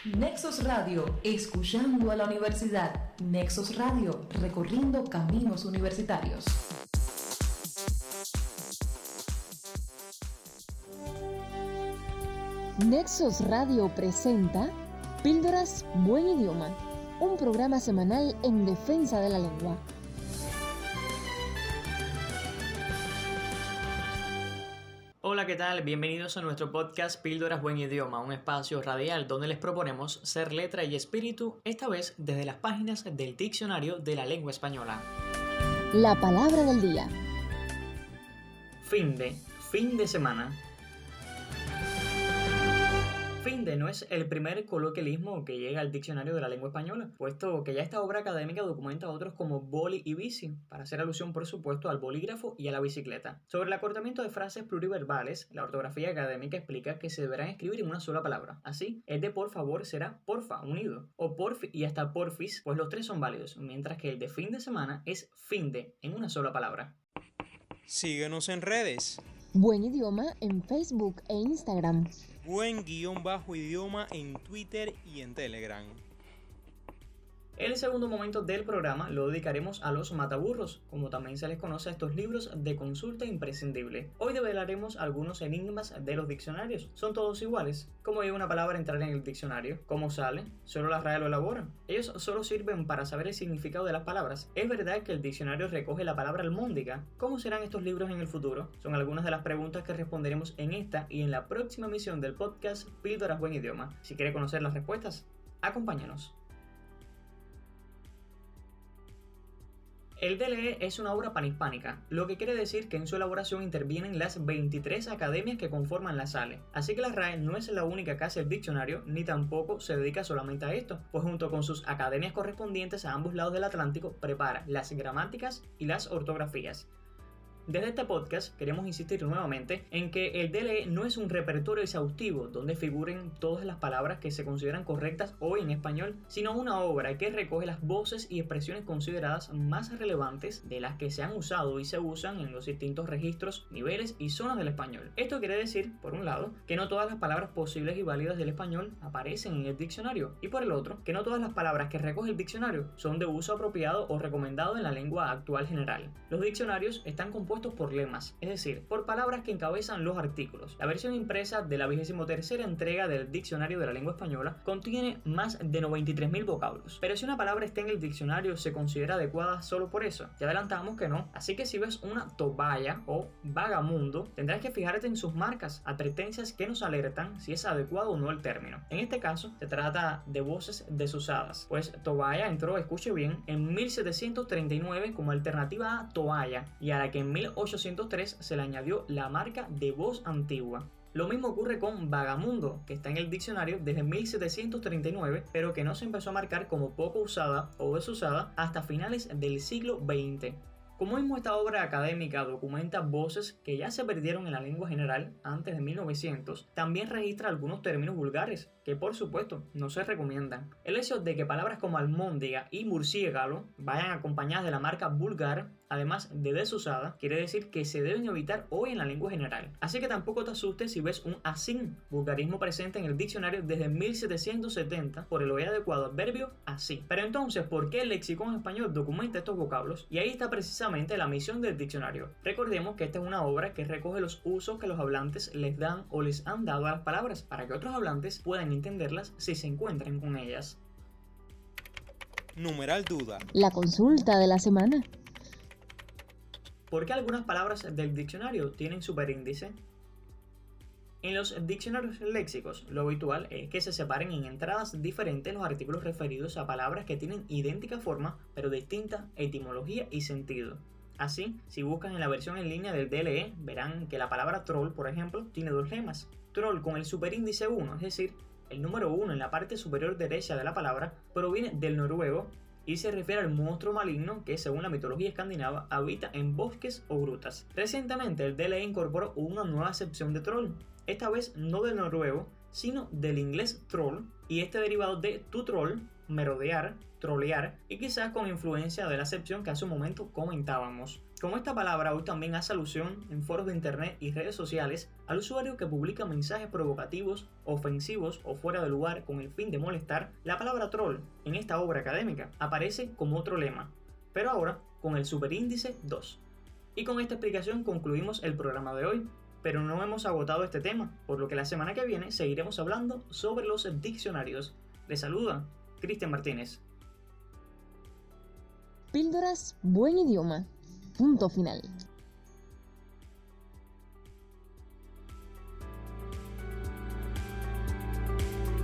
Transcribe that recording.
Nexos Radio, escuchando a la universidad. Nexos Radio, recorriendo caminos universitarios. Nexos Radio presenta Píldoras Buen Idioma, un programa semanal en defensa de la lengua. Hola, ¿qué tal? Bienvenidos a nuestro podcast Píldoras Buen Idioma, un espacio radial donde les proponemos ser letra y espíritu, esta vez desde las páginas del Diccionario de la Lengua Española. La palabra del día. Fin de semana. Finde no es el primer coloquialismo que llega al Diccionario de la Lengua Española, puesto que ya esta obra académica documenta otros como boli y bici, para hacer alusión por supuesto al bolígrafo y a la bicicleta. Sobre el acortamiento de frases pluriverbales, la ortografía académica explica que se deberán escribir en una sola palabra. Así, el de por favor será porfa, unido, o porfi y hasta porfis, pues los tres son válidos, mientras que el de fin de semana es finde, en una sola palabra. Síguenos en redes. Buen Idioma en Facebook e Instagram. Buen_idioma en Twitter y en Telegram. El segundo momento del programa lo dedicaremos a los mataburros, como también se les conoce a estos libros de consulta imprescindible. Hoy develaremos algunos enigmas de los diccionarios. ¿Son todos iguales? ¿Cómo debe una palabra entrar en el diccionario? ¿Cómo sale? ¿Solo la RAE lo elabora? Ellos solo sirven para saber el significado de las palabras. ¿Es verdad que el diccionario recoge la palabra almóndiga? ¿Cómo serán estos libros en el futuro? Son algunas de las preguntas que responderemos en esta y en la próxima emisión del podcast Píldoras Buen Idioma. Si quiere conocer las respuestas, acompáñanos. El DLE es una obra panhispánica, lo que quiere decir que en su elaboración intervienen las 23 academias que conforman la SALE. Así que la RAE no es la única que hace el diccionario, ni tampoco se dedica solamente a esto, pues junto con sus academias correspondientes a ambos lados del Atlántico, prepara las gramáticas y las ortografías. Desde este podcast queremos insistir nuevamente en que el DLE no es un repertorio exhaustivo donde figuren todas las palabras que se consideran correctas hoy en español, sino una obra que recoge las voces y expresiones consideradas más relevantes de las que se han usado y se usan en los distintos registros, niveles y zonas del español. Esto quiere decir, por un lado, que no todas las palabras posibles y válidas del español aparecen en el diccionario, y por el otro, que no todas las palabras que recoge el diccionario son de uso apropiado o recomendado en la lengua actual general. Los diccionarios están compuestos por lemas, es decir, por palabras que encabezan los artículos. La versión impresa de la 23ª entrega del Diccionario de la Lengua Española contiene más de 93.000 vocablos. Pero si una palabra está en el diccionario, ¿se considera adecuada solo por eso? Ya adelantamos que no. Así que si ves una toballa o vagamundo, tendrás que fijarte en sus marcas, advertencias que nos alertan si es adecuado o no el término. En este caso, se trata de voces desusadas, pues toballa entró, escuche bien, en 1739 como alternativa a toalla, y a la que en 1803 se le añadió la marca de voz antigua. Lo mismo ocurre con vagamundo, que está en el diccionario desde 1739, pero que no se empezó a marcar como poco usada o desusada hasta finales del siglo XX. Como mismo esta obra académica documenta voces que ya se perdieron en la lengua general antes de 1900, también registra algunos términos vulgares que por supuesto no se recomiendan. El hecho de que palabras como almóndiga y murciélago vayan acompañadas de la marca vulgar, además de desusada, quiere decir que se deben evitar hoy en la lengua general. Así que tampoco te asustes si ves un asín, vulgarismo presente en el diccionario desde 1770 por el hoy adecuado adverbio así. Pero entonces, ¿por qué el lexicón español documenta estos vocablos? Y ahí está precisamente la misión del diccionario. Recordemos que esta es una obra que recoge los usos que los hablantes les dan o les han dado a las palabras para que otros hablantes puedan entenderlas si se encuentran con ellas. Numeral duda. La consulta de la semana. ¿Por qué algunas palabras del diccionario tienen superíndice? En los diccionarios léxicos, lo habitual es que se separen en entradas diferentes los artículos referidos a palabras que tienen idéntica forma, pero distinta etimología y sentido. Así, si buscan en la versión en línea del DLE, verán que la palabra troll, por ejemplo, tiene dos lemas. Troll con el superíndice 1, es decir, el número 1 en la parte superior derecha de la palabra, proviene del noruego y se refiere al monstruo maligno que, según la mitología escandinava, habita en bosques o grutas. Recientemente, el DLE incorporó una nueva acepción de troll, esta vez no del noruego, sino del inglés troll, y este derivado de to troll, merodear, trolear, y quizás con influencia de la acepción que hace un momento comentábamos. Como esta palabra hoy también hace alusión en foros de internet y redes sociales al usuario que publica mensajes provocativos, ofensivos o fuera de lugar con el fin de molestar, la palabra troll en esta obra académica aparece como otro lema, pero ahora con el superíndice 2. Y con esta explicación concluimos el programa de hoy, pero no hemos agotado este tema, por lo que la semana que viene seguiremos hablando sobre los diccionarios. Les saluda Cristian Martínez. Píldoras Buen Idioma. Punto final.